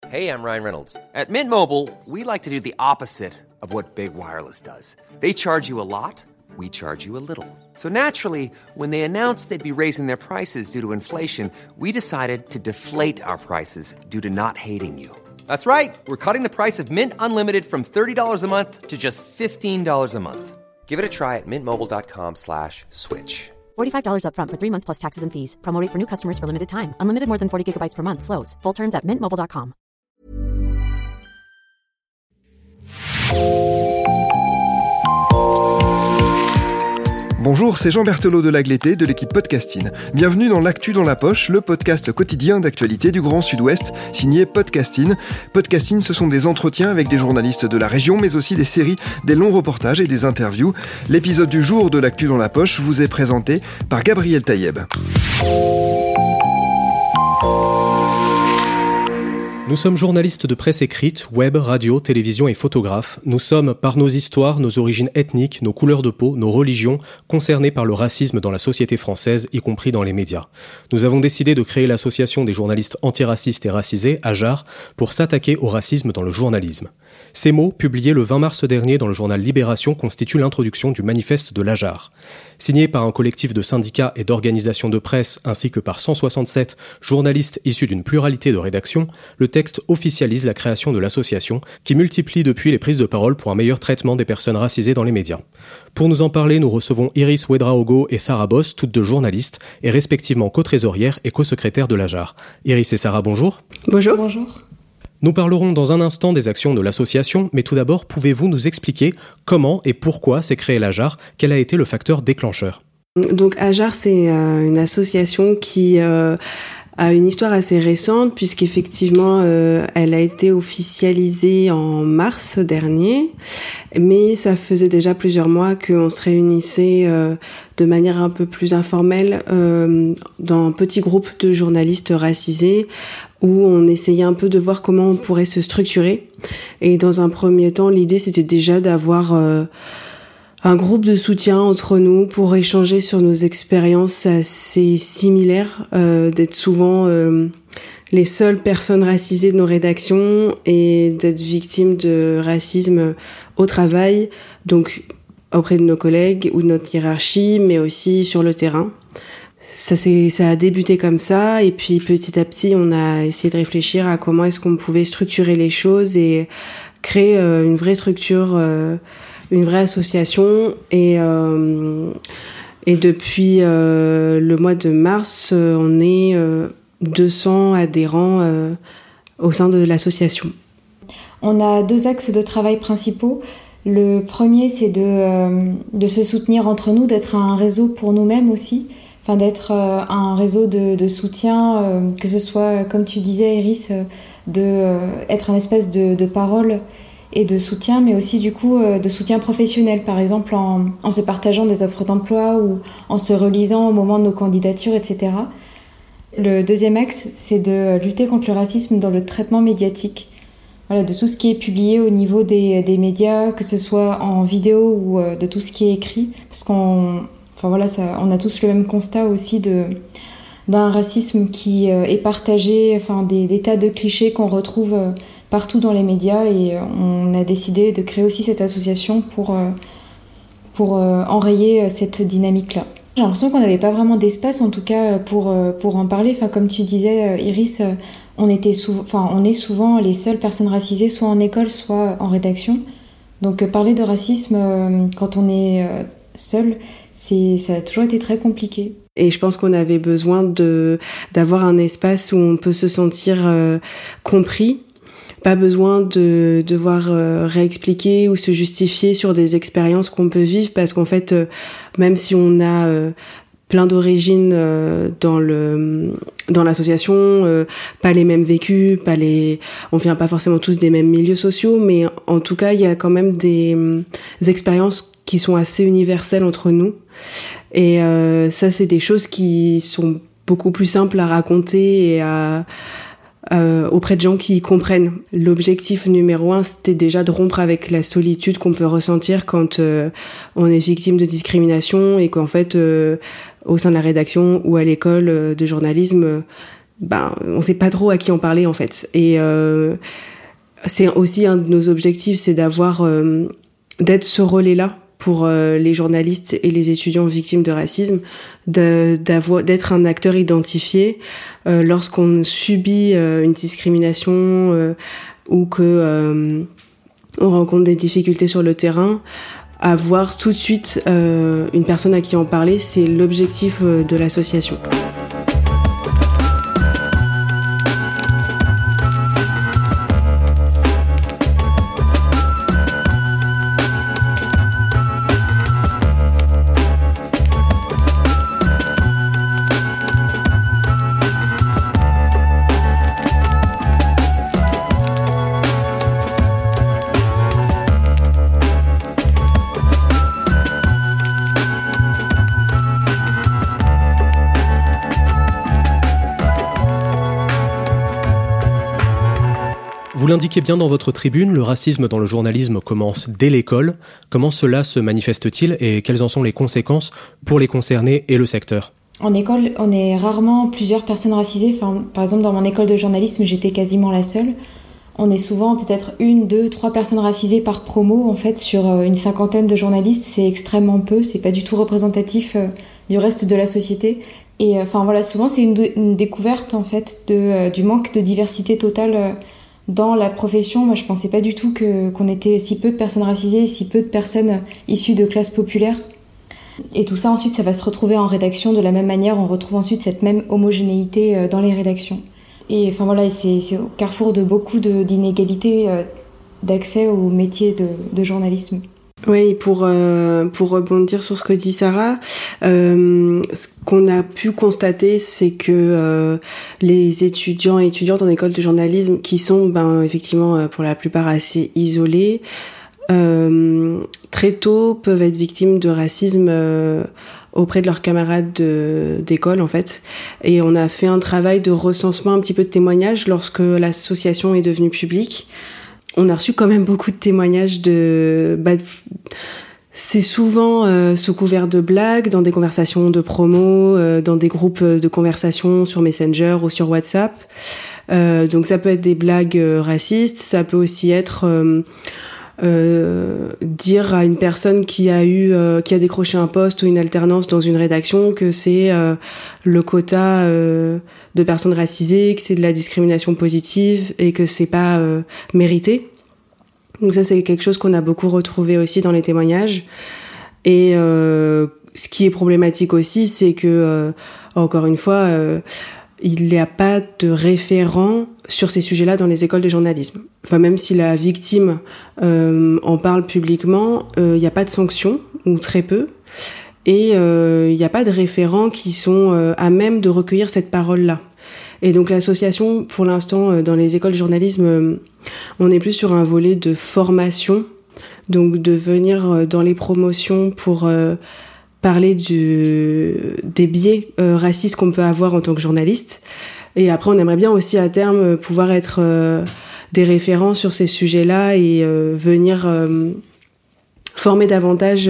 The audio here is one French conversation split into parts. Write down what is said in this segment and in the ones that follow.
Hey, I'm Ryan Reynolds. At Mint Mobile, we like to do the opposite of what Big Wireless does. They charge you a lot, we charge you a little. So naturally, when they announced they'd be raising their prices due to inflation, we decided to deflate our prices due to not hating you. That's right. We're cutting the price of Mint Unlimited from $30 a month to just $15 a month. Give it a try at mintmobile.com/switch. $45 up front for 3 months plus taxes and fees. Promo rate for new customers for limited time. Unlimited more than 40 gigabytes per month. Slows full terms at mintmobile.com. Bonjour, c'est Jean Berthelot de Lagleté de l'équipe Podcasting. Bienvenue dans l'Actu dans la poche, le podcast quotidien d'actualité du Grand Sud-Ouest, signé Podcasting. Podcasting, ce sont des entretiens avec des journalistes de la région, mais aussi des séries, des longs reportages et des interviews. L'épisode du jour de l'Actu dans la poche vous est présenté par Gabriel Taïeb. Nous sommes journalistes de presse écrite, web, radio, télévision et photographes. Nous sommes, par nos histoires, nos origines ethniques, nos couleurs de peau, nos religions, concernés par le racisme dans la société française, y compris dans les médias. Nous avons décidé de créer l'association des journalistes antiracistes et racisés, AJAR, pour s'attaquer au racisme dans le journalisme. Ces mots, publiés le 20 mars dernier dans le journal Libération, constituent l'introduction du manifeste de l'AJAR. Signé par un collectif de syndicats et d'organisations de presse, ainsi que par 167 journalistes issus d'une pluralité de rédactions, le texte officialise la création de l'association, qui multiplie depuis les prises de parole pour un meilleur traitement des personnes racisées dans les médias. Pour nous en parler, nous recevons Iris Ouedraogo et Sarah Boss, toutes deux journalistes, et respectivement co-trésorières et co-secrétaires de l'AJAR. Iris et Sarah, bonjour. Bonjour. Bonjour. Nous parlerons dans un instant des actions de l'association, mais tout d'abord, pouvez-vous nous expliquer comment et pourquoi s'est créé l'AJAR ? Quel a été le facteur déclencheur ? Donc AJAR, c'est une association qui a une histoire assez récente, puisqu'effectivement, elle a été officialisée en mars dernier, mais ça faisait déjà plusieurs mois qu'on se réunissait de manière un peu plus informelle dans un petit groupe de journalistes racisés, où on essayait un peu de voir comment on pourrait se structurer. Et dans un premier temps, l'idée, c'était déjà d'avoir un groupe de soutien entre nous pour échanger sur nos expériences assez similaires, d'être souvent les seules personnes racisées de nos rédactions et d'être victimes de racisme au travail, donc auprès de nos collègues ou de notre hiérarchie, mais aussi sur le terrain. Ça a débuté comme ça, et puis petit à petit, on a essayé de réfléchir à comment est-ce qu'on pouvait structurer les choses et créer une vraie structure, une vraie association. Et depuis le mois de mars, on est 200 adhérents au sein de l'association. On a 2 axes de travail principaux. Le premier, c'est de se soutenir entre nous, d'être un réseau pour nous-mêmes aussi. Enfin, d'être un réseau de soutien, que ce soit, comme tu disais, Iris, être un espèce de parole et de soutien, mais aussi du coup de soutien professionnel, par exemple en se partageant des offres d'emploi ou en se relisant au moment de nos candidatures, etc. Le deuxième axe, c'est de lutter contre le racisme dans le traitement médiatique. Voilà, de tout ce qui est publié au niveau des médias, que ce soit en vidéo ou de tout ce qui est écrit, parce on a tous le même constat aussi d'un racisme qui est partagé, enfin des tas de clichés qu'on retrouve partout dans les médias, et on a décidé de créer aussi cette association pour enrayer cette dynamique-là. J'ai l'impression qu'on n'avait pas vraiment d'espace, en tout cas pour en parler. Enfin, comme tu disais, Iris, on est souvent les seules personnes racisées, soit en école, soit en rédaction. Donc parler de racisme quand on est seul, ça a toujours été très compliqué. Et je pense qu'on avait besoin d'avoir un espace où on peut se sentir compris. Pas besoin de devoir réexpliquer ou se justifier sur des expériences qu'on peut vivre, parce qu'en fait, même si on a plein d'origines dans l'association, pas les mêmes vécus, on vient pas forcément tous des mêmes milieux sociaux, mais en tout cas, il y a quand même des expériences qui sont assez universelles entre nous. Et ça, c'est des choses qui sont beaucoup plus simples à raconter et auprès de gens qui comprennent. L'objectif numéro 1, c'était déjà de rompre avec la solitude qu'on peut ressentir quand on est victime de discrimination, et qu'en fait, au sein de la rédaction ou à l'école de journalisme, on sait pas trop à qui en parler en fait. Et c'est aussi un de nos objectifs, c'est d'être ce relais-là pour les journalistes et les étudiants victimes de racisme, d'être un acteur identifié lorsqu'on subit une discrimination ou que on rencontre des difficultés sur le terrain. Avoir tout de suite une personne à qui en parler, c'est l'objectif de l'association. Vous l'indiquez bien dans votre tribune, le racisme dans le journalisme commence dès l'école. Comment cela se manifeste-t-il et quelles en sont les conséquences pour les concernés et le secteur ? En école, on est rarement plusieurs personnes racisées. Enfin, par exemple, dans mon école de journalisme, j'étais quasiment la seule. On est souvent peut-être 1, 2, 3 personnes racisées par promo. En fait, sur une 50aine de journalistes, c'est extrêmement peu. C'est pas du tout représentatif du reste de la société. Et souvent, c'est une découverte en fait du manque de diversité totale dans la profession. Moi, je pensais pas du tout qu'on était si peu de personnes racisées, si peu de personnes issues de classes populaires. Et tout ça, ensuite, ça va se retrouver en rédaction. De la même manière, on retrouve ensuite cette même homogénéité dans les rédactions. Et c'est au carrefour de beaucoup d'inégalités d'accès au métier de journalisme. Oui, pour rebondir sur ce que dit Sarah, ce qu'on a pu constater, c'est que les étudiants et étudiantes en école de journalisme qui sont effectivement pour la plupart assez isolés, très tôt peuvent être victimes de racisme auprès de leurs camarades d'école en fait. Et on a fait un travail de recensement, un petit peu de témoignages lorsque l'association est devenue publique. On a reçu quand même beaucoup de témoignages c'est souvent sous couvert de blagues, dans des conversations de promo, dans des groupes de conversation sur Messenger ou sur WhatsApp. Donc ça peut être des blagues racistes, ça peut aussi être dire à une personne qui a décroché un poste ou une alternance dans une rédaction que c'est le quota de personnes racisées, que c'est de la discrimination positive et que c'est pas mérité. Donc ça, c'est quelque chose qu'on a beaucoup retrouvé aussi dans les témoignages. Et ce qui est problématique aussi, c'est que encore une fois, il n'y a pas de référent sur ces sujets-là dans les écoles de journalisme. Enfin, même si la victime en parle publiquement, il n'y a pas de sanctions, ou très peu. Et il n'y a pas de référents qui sont à même de recueillir cette parole-là. Et donc l'association, pour l'instant, dans les écoles de journalisme, on est plus sur un volet de formation, donc de venir dans les promotions pour parler des biais racistes qu'on peut avoir en tant que journaliste. Et après, on aimerait bien aussi à terme pouvoir être des référents sur ces sujets-là et venir former davantage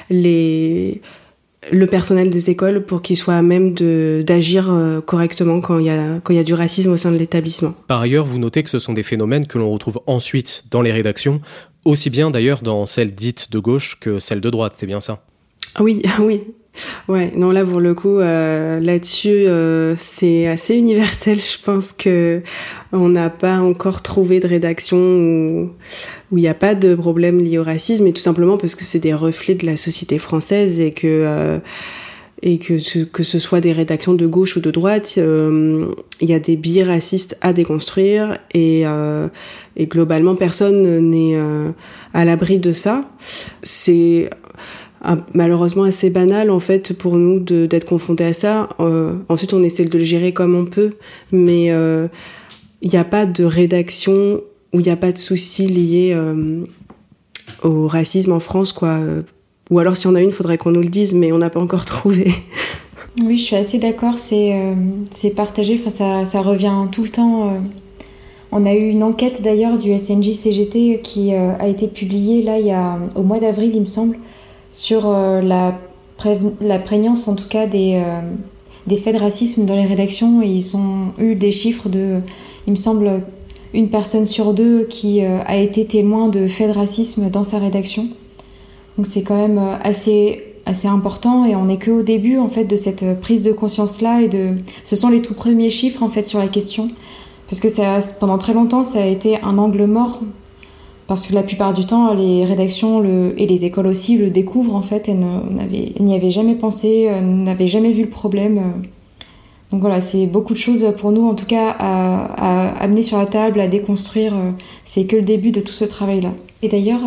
le personnel des écoles pour qu'ils soient à même d'agir correctement quand il y a du racisme au sein de l'établissement. Par ailleurs, vous notez que ce sont des phénomènes que l'on retrouve ensuite dans les rédactions, aussi bien d'ailleurs dans celles dites de gauche que celles de droite, c'est bien ça ? Oui. Ouais, non, là pour le coup, là-dessus, c'est assez universel. Je pense que on n'a pas encore trouvé de rédaction où il n'y a pas de problème lié au racisme, et tout simplement parce que c'est des reflets de la société française et que ce soit des rédactions de gauche ou de droite, il y a des biais racistes à déconstruire et globalement personne n'est à l'abri de ça. C'est malheureusement assez banal en fait pour nous d'être confrontés à ça. Ensuite on essaie de le gérer comme on peut, mais il n'y a pas de rédaction où il n'y a pas de soucis liés au racisme en France, quoi. Ou alors si on a une, il faudrait qu'on nous le dise, mais on n'a pas encore trouvé. Oui, je suis assez d'accord, c'est partagé, enfin, ça revient tout le temps. On a eu une enquête d'ailleurs du SNJ-CGT qui a été publiée là, au mois d'avril, il me semble, sur la prégnance en tout cas des des faits de racisme dans les rédactions. Et ils ont eu des chiffres de, il me semble, une personne sur 2 qui a été témoin de faits de racisme dans sa rédaction. Donc c'est quand même assez important, et on n'est qu'au début en fait de cette prise de conscience là, et ce sont les tout premiers chiffres en fait sur la question, parce que pendant très longtemps ça a été un angle mort, parce que la plupart du temps les rédactions et les écoles aussi le découvrent en fait, et n'y avaient jamais pensé, n'avaient jamais vu le problème. Donc voilà, c'est beaucoup de choses pour nous en tout cas à amener sur la table, à déconstruire. C'est que le début de tout ce travail là. Et d'ailleurs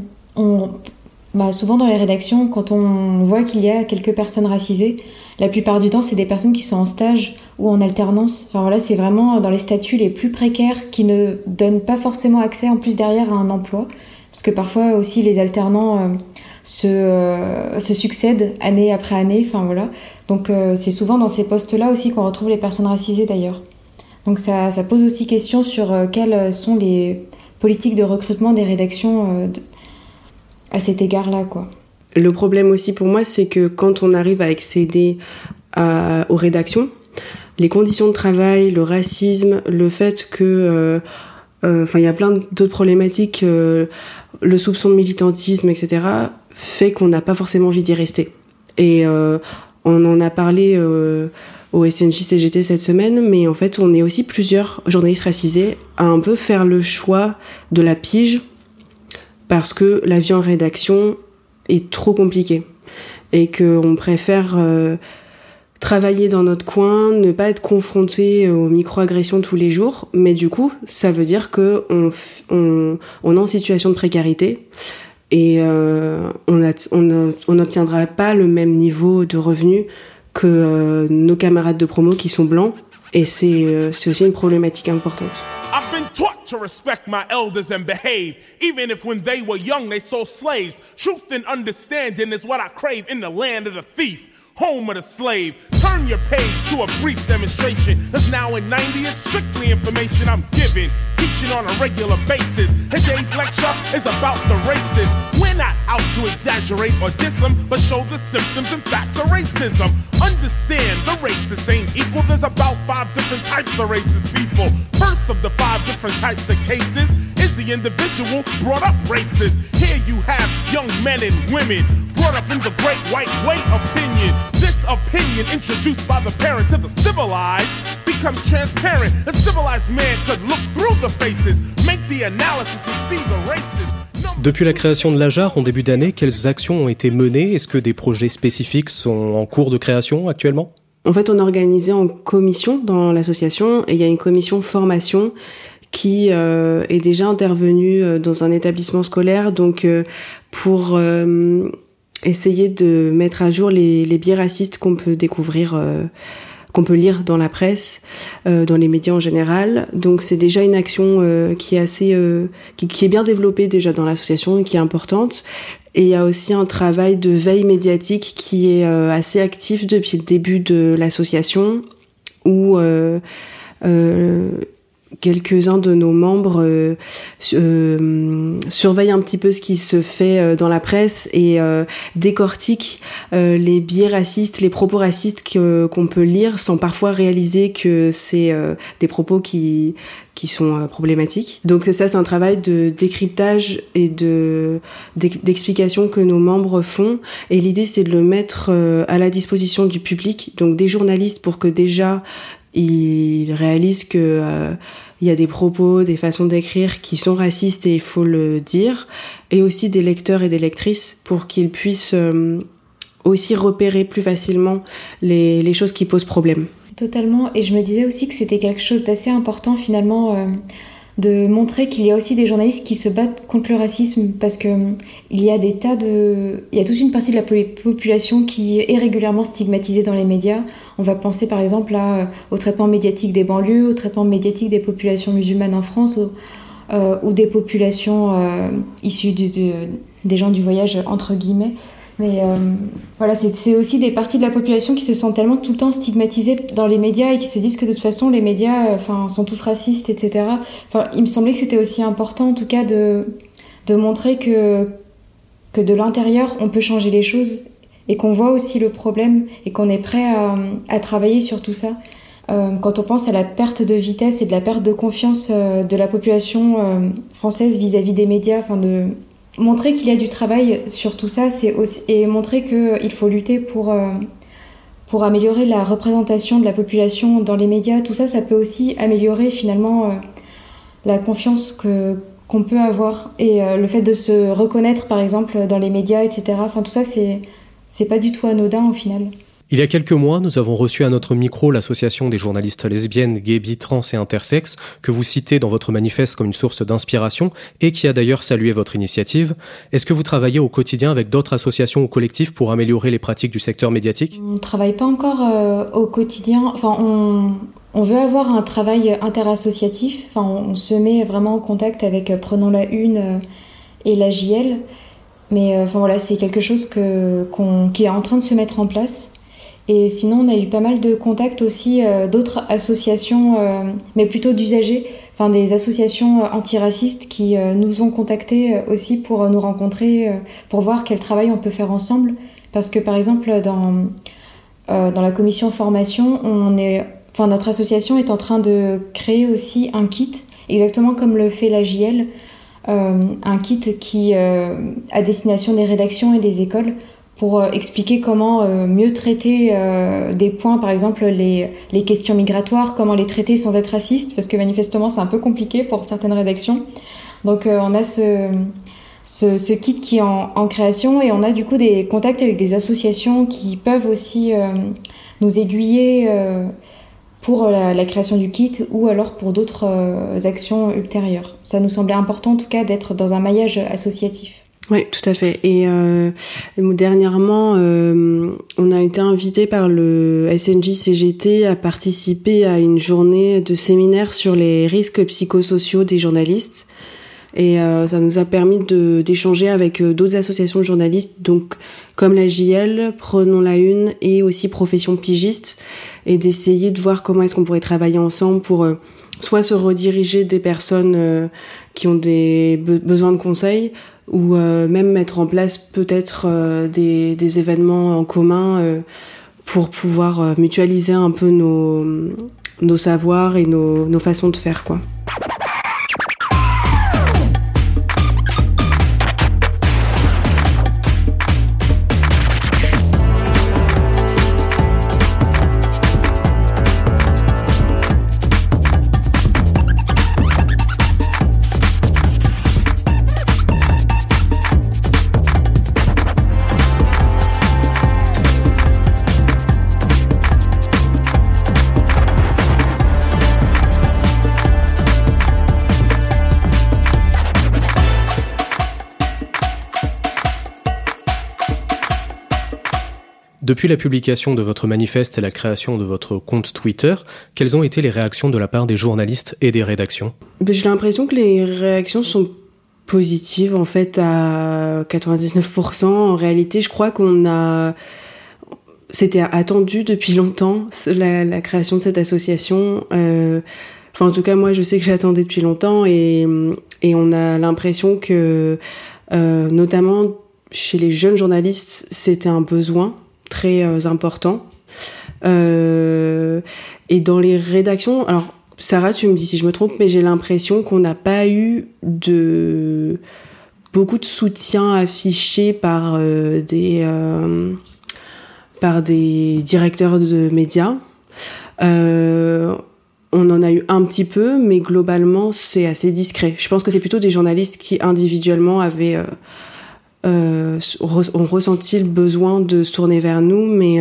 souvent dans les rédactions, quand on voit qu'il y a quelques personnes racisées, la plupart du temps, c'est des personnes qui sont en stage ou en alternance. Enfin voilà, c'est vraiment dans les statuts les plus précaires qui ne donnent pas forcément accès en plus derrière à un emploi. Parce que parfois aussi les alternants se succèdent année après année. Enfin voilà. Donc c'est souvent dans ces postes-là aussi qu'on retrouve les personnes racisées d'ailleurs. Donc ça pose aussi question sur quelles sont les politiques de recrutement des rédactions à cet égard-là, quoi. Le problème aussi pour moi, c'est que quand on arrive à accéder aux rédactions, les conditions de travail, le racisme, le fait que... il y a plein d'autres problématiques, le soupçon de militantisme, etc., fait qu'on n'a pas forcément envie d'y rester. Et on en a parlé au SNJ-CGT cette semaine, mais en fait, on est aussi plusieurs journalistes racisés à un peu faire le choix de la pige, parce que la vie en rédaction est trop compliquée et qu'on préfère travailler dans notre coin, ne pas être confronté aux micro-agressions tous les jours, mais du coup, ça veut dire qu'on est en situation de précarité et on n'obtiendra pas le même niveau de revenus que nos camarades de promo qui sont blancs, et c'est aussi une problématique importante. I've been taught to respect my elders and behave, even if when they were young they sold slaves. Truth and understanding is what I crave in the land of the thief, home of the slave. Turn your page to a brief demonstration, cause now in 90 it's strictly information I'm giving, teaching on a regular basis. Today's lecture is about the races. We're not out to exaggerate or diss them, but show the symptoms and facts of racism. Understand the racists ain't equal, there's about 5 different types of racist people. First of the 5 different types of cases is the individual brought up racist. Here you have young men and women brought up in the great white way opinion. This opinion introduced by the parent to the civilized becomes transparent. A civilized man could look through the faces, make the analysis and see the races. Depuis la création de l'AJAR en début d'année, quelles actions ont été menées ? Est-ce que des projets spécifiques sont en cours de création actuellement ? En fait, on a organisé en commission dans l'association, et il y a une commission formation qui est déjà intervenue dans un établissement scolaire, donc pour essayer de mettre à jour les biais racistes qu'on peut découvrir, qu'on peut lire dans la presse, dans les médias en général. Donc c'est déjà une action qui est assez, qui est bien développée déjà dans l'association et qui est importante. Et il y a aussi un travail de veille médiatique qui est assez actif depuis le début de l'association, où quelques-uns de nos membres surveillent un petit peu ce qui se fait dans la presse et décortiquent les biais racistes, les propos racistes qu'on peut lire sans parfois réaliser que c'est des propos qui sont problématiques. Donc ça, c'est un travail de décryptage et d'explication que nos membres font. Et l'idée, c'est de le mettre à la disposition du public, donc des journalistes, pour que déjà ils réalisent que il y a des propos, des façons d'écrire qui sont racistes et il faut le dire, et aussi des lecteurs et des lectrices pour qu'ils puissent aussi repérer plus facilement les choses qui posent problème. Totalement, et je me disais aussi que c'était quelque chose d'assez important finalement de montrer qu'il y a aussi des journalistes qui se battent contre le racisme, parce que il y a toute une partie de la population qui est régulièrement stigmatisée dans les médias. On va penser par exemple au traitement médiatique des banlieues, au traitement médiatique des populations musulmanes en France, ou des populations issues des gens du voyage entre guillemets. Mais voilà, c'est aussi des parties de la population qui se sentent tellement tout le temps stigmatisées dans les médias et qui se disent que de toute façon les médias sont tous racistes, etc. Il me semblait que c'était aussi important en tout cas de montrer que de l'intérieur on peut changer les choses et qu'on voit aussi le problème et qu'on est prêt à travailler sur tout ça. Quand on pense à la perte de vitesse et de la perte de confiance de la population française vis-à-vis des médias, de montrer qu'il y a du travail sur tout ça, c'est aussi, et montrer qu'il faut lutter pour améliorer la représentation de la population dans les médias, tout ça, ça peut aussi améliorer finalement la confiance qu'on peut avoir et le fait de se reconnaître par exemple dans les médias, etc. Tout ça, c'est pas du tout anodin au final. Il y a quelques mois, nous avons reçu à notre micro l'association des journalistes lesbiennes, gays, bi, trans et intersexes, que vous citez dans votre manifeste comme une source d'inspiration et qui a d'ailleurs salué votre initiative. Est-ce que vous travaillez au quotidien avec d'autres associations ou collectifs pour améliorer les pratiques du secteur médiatique ? On ne travaille pas encore au quotidien. On veut avoir un travail interassociatif. On se met vraiment en contact avec Prenons la Une et la JL. Mais c'est quelque chose qui est en train de se mettre en place. Et sinon, on a eu pas mal de contacts aussi d'autres associations, mais plutôt d'usagers, des associations antiracistes qui nous ont contactés aussi pour nous rencontrer, pour voir quel travail on peut faire ensemble. Parce que par exemple, dans la commission formation, notre association est en train de créer aussi un kit, exactement comme le fait la JL, un kit qui à destination des rédactions et des écoles, pour expliquer comment mieux traiter des points, par exemple les questions migratoires, comment les traiter sans être raciste, parce que manifestement c'est un peu compliqué pour certaines rédactions. Donc on a ce kit qui est en création et on a du coup des contacts avec des associations qui peuvent aussi nous aiguiller pour la création du kit ou alors pour d'autres actions ultérieures. Ça nous semblait important en tout cas d'être dans un maillage associatif. Oui, tout à fait. Et dernièrement, on a été invité par le SNJ-CGT à participer à une journée de séminaire sur les risques psychosociaux des journalistes. Et ça nous a permis d'échanger avec d'autres associations de journalistes, donc comme la JL, Prenons la Une et aussi Profession Pigiste, et d'essayer de voir comment est-ce qu'on pourrait travailler ensemble pour soit se rediriger des personnes qui ont des besoins de conseils, ou même mettre en place peut-être des événements en commun pour pouvoir mutualiser un peu nos savoirs et nos façons de faire, quoi. Depuis la publication de votre manifeste et la création de votre compte Twitter, quelles ont été les réactions de la part des journalistes et des rédactions ? J'ai l'impression que les réactions sont positives, en fait, à 99%. En réalité, je crois c'était attendu depuis longtemps, la création de cette association. En tout cas, moi, je sais que j'attendais depuis longtemps et on a l'impression que, notamment chez les jeunes journalistes, c'était un besoin très important. Et dans les rédactions, alors Sarah, tu me dis si je me trompe, mais j'ai l'impression qu'on n'a pas eu beaucoup de soutien affiché par des directeurs de médias. On en a eu un petit peu, mais globalement c'est assez discret. Je pense que c'est plutôt des journalistes qui individuellement avaient ont ressenti le besoin de se tourner vers nous, mais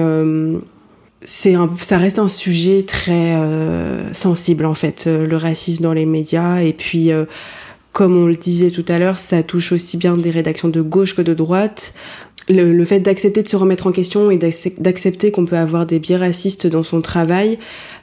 ça reste un sujet très sensible, en fait, le racisme dans les médias. Et puis, comme on le disait tout à l'heure, ça touche aussi bien des rédactions de gauche que de droite. Le fait d'accepter de se remettre en question et d'accepter qu'on peut avoir des biais racistes dans son travail,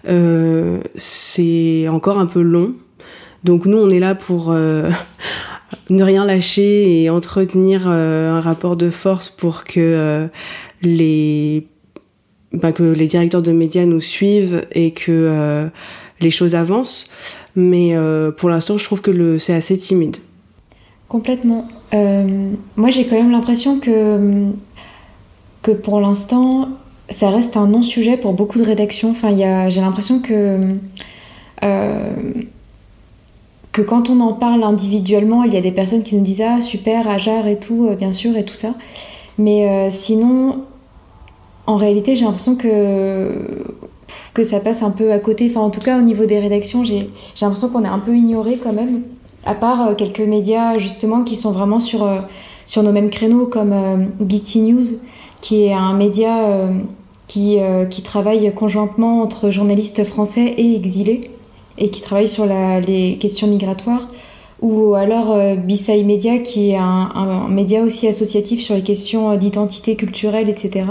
c'est encore un peu long. Donc nous, on est là pour ne rien lâcher et entretenir un rapport de force pour que les directeurs de médias nous suivent et que les choses avancent. Mais pour l'instant, je trouve que c'est assez timide. Complètement. Moi, j'ai quand même l'impression que que pour l'instant, ça reste un non-sujet pour beaucoup de rédactions. Enfin, j'ai l'impression que quand on en parle individuellement, il y a des personnes qui nous disent « Ah, super, Hajar et tout, bien sûr, et tout ça ». Mais sinon, en réalité, j'ai l'impression que ça passe un peu à côté. Enfin, en tout cas, au niveau des rédactions, j'ai l'impression qu'on est un peu ignoré quand même. À part quelques médias, justement, qui sont vraiment sur nos mêmes créneaux, comme Getty News, qui est un média qui travaille conjointement entre journalistes français et exilés, et qui travaille sur les questions migratoires. Ou alors Bisai Media, qui est un média aussi associatif sur les questions d'identité culturelle, etc.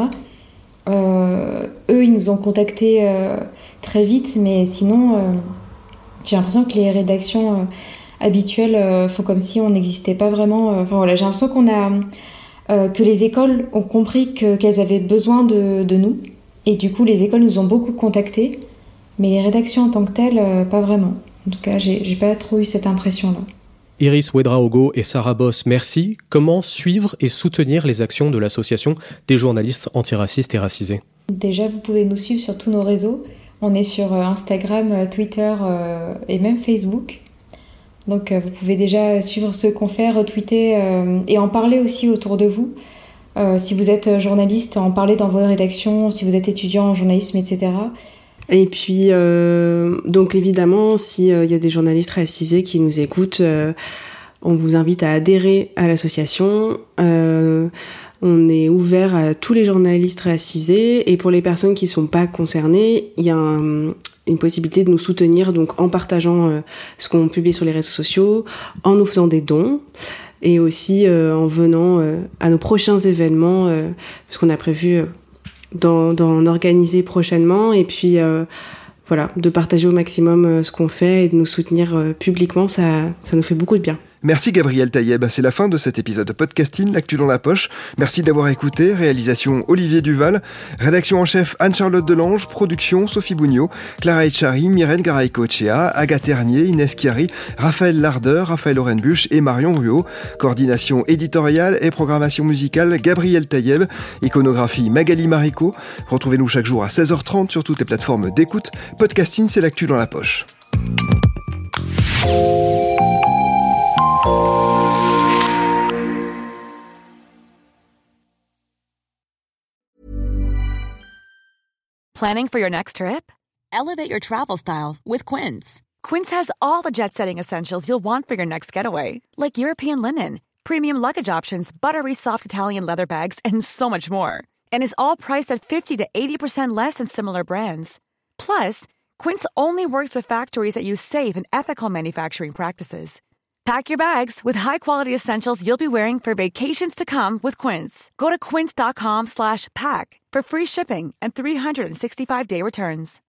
Eux, ils nous ont contactés très vite, mais sinon, j'ai l'impression que les rédactions habituelles font comme si on n'existait pas vraiment. Enfin voilà, j'ai l'impression que les écoles ont compris qu'elles avaient besoin de nous, et du coup, les écoles nous ont beaucoup contactés, mais les rédactions en tant que telles, pas vraiment. En tout cas, j'ai pas trop eu cette impression-là. Iris Ouedraogo et Sarah Boss, merci. Comment suivre et soutenir les actions de l'association des journalistes antiracistes et racisés ? Déjà, vous pouvez nous suivre sur tous nos réseaux. On est sur Instagram, Twitter et même Facebook. Donc vous pouvez déjà suivre ce qu'on fait, retweeter et en parler aussi autour de vous. Si vous êtes journaliste, en parler dans vos rédactions, si vous êtes étudiant en journalisme, etc. Et puis, donc évidemment, s'il y a des journalistes racisés qui nous écoutent, on vous invite à adhérer à l'association. On est ouvert à tous les journalistes racisés, et pour les personnes qui sont pas concernées, il y a une possibilité de nous soutenir, donc en partageant ce qu'on publie sur les réseaux sociaux, en nous faisant des dons, et aussi en venant à nos prochains événements, parce qu'on a prévu d'en organiser prochainement, et puis voilà, de partager au maximum ce qu'on fait et de nous soutenir publiquement, ça nous fait beaucoup de bien. Merci Gabriel Taïeb, c'est la fin de cet épisode de Podcasting, l'actu dans la poche. Merci d'avoir écouté, réalisation Olivier Duval, rédaction en chef Anne-Charlotte Delange, production Sophie Bougnot, Clara Etchari, Myrène Garay-Cochea, Agathe Ternier, Inès Chiari, Raphaël Lardeur, Raphaël Orenbuch et Marion Ruot, coordination éditoriale et programmation musicale Gabriel Taïeb, iconographie Magali Marico. Retrouvez-nous chaque jour à 16h30 sur toutes les plateformes d'écoute. Podcasting, c'est l'actu dans la poche. Planning for your next trip? Elevate your travel style with Quince. Quince has all the jet-setting essentials you'll want for your next getaway, like European linen, premium luggage options, buttery soft Italian leather bags, and so much more. And is all priced at 50 to 80% less than similar brands. Plus, Quince only works with factories that use safe and ethical manufacturing practices. Pack your bags with high-quality essentials you'll be wearing for vacations to come with Quince. Go to quince.com/pack for free shipping and 365-day returns.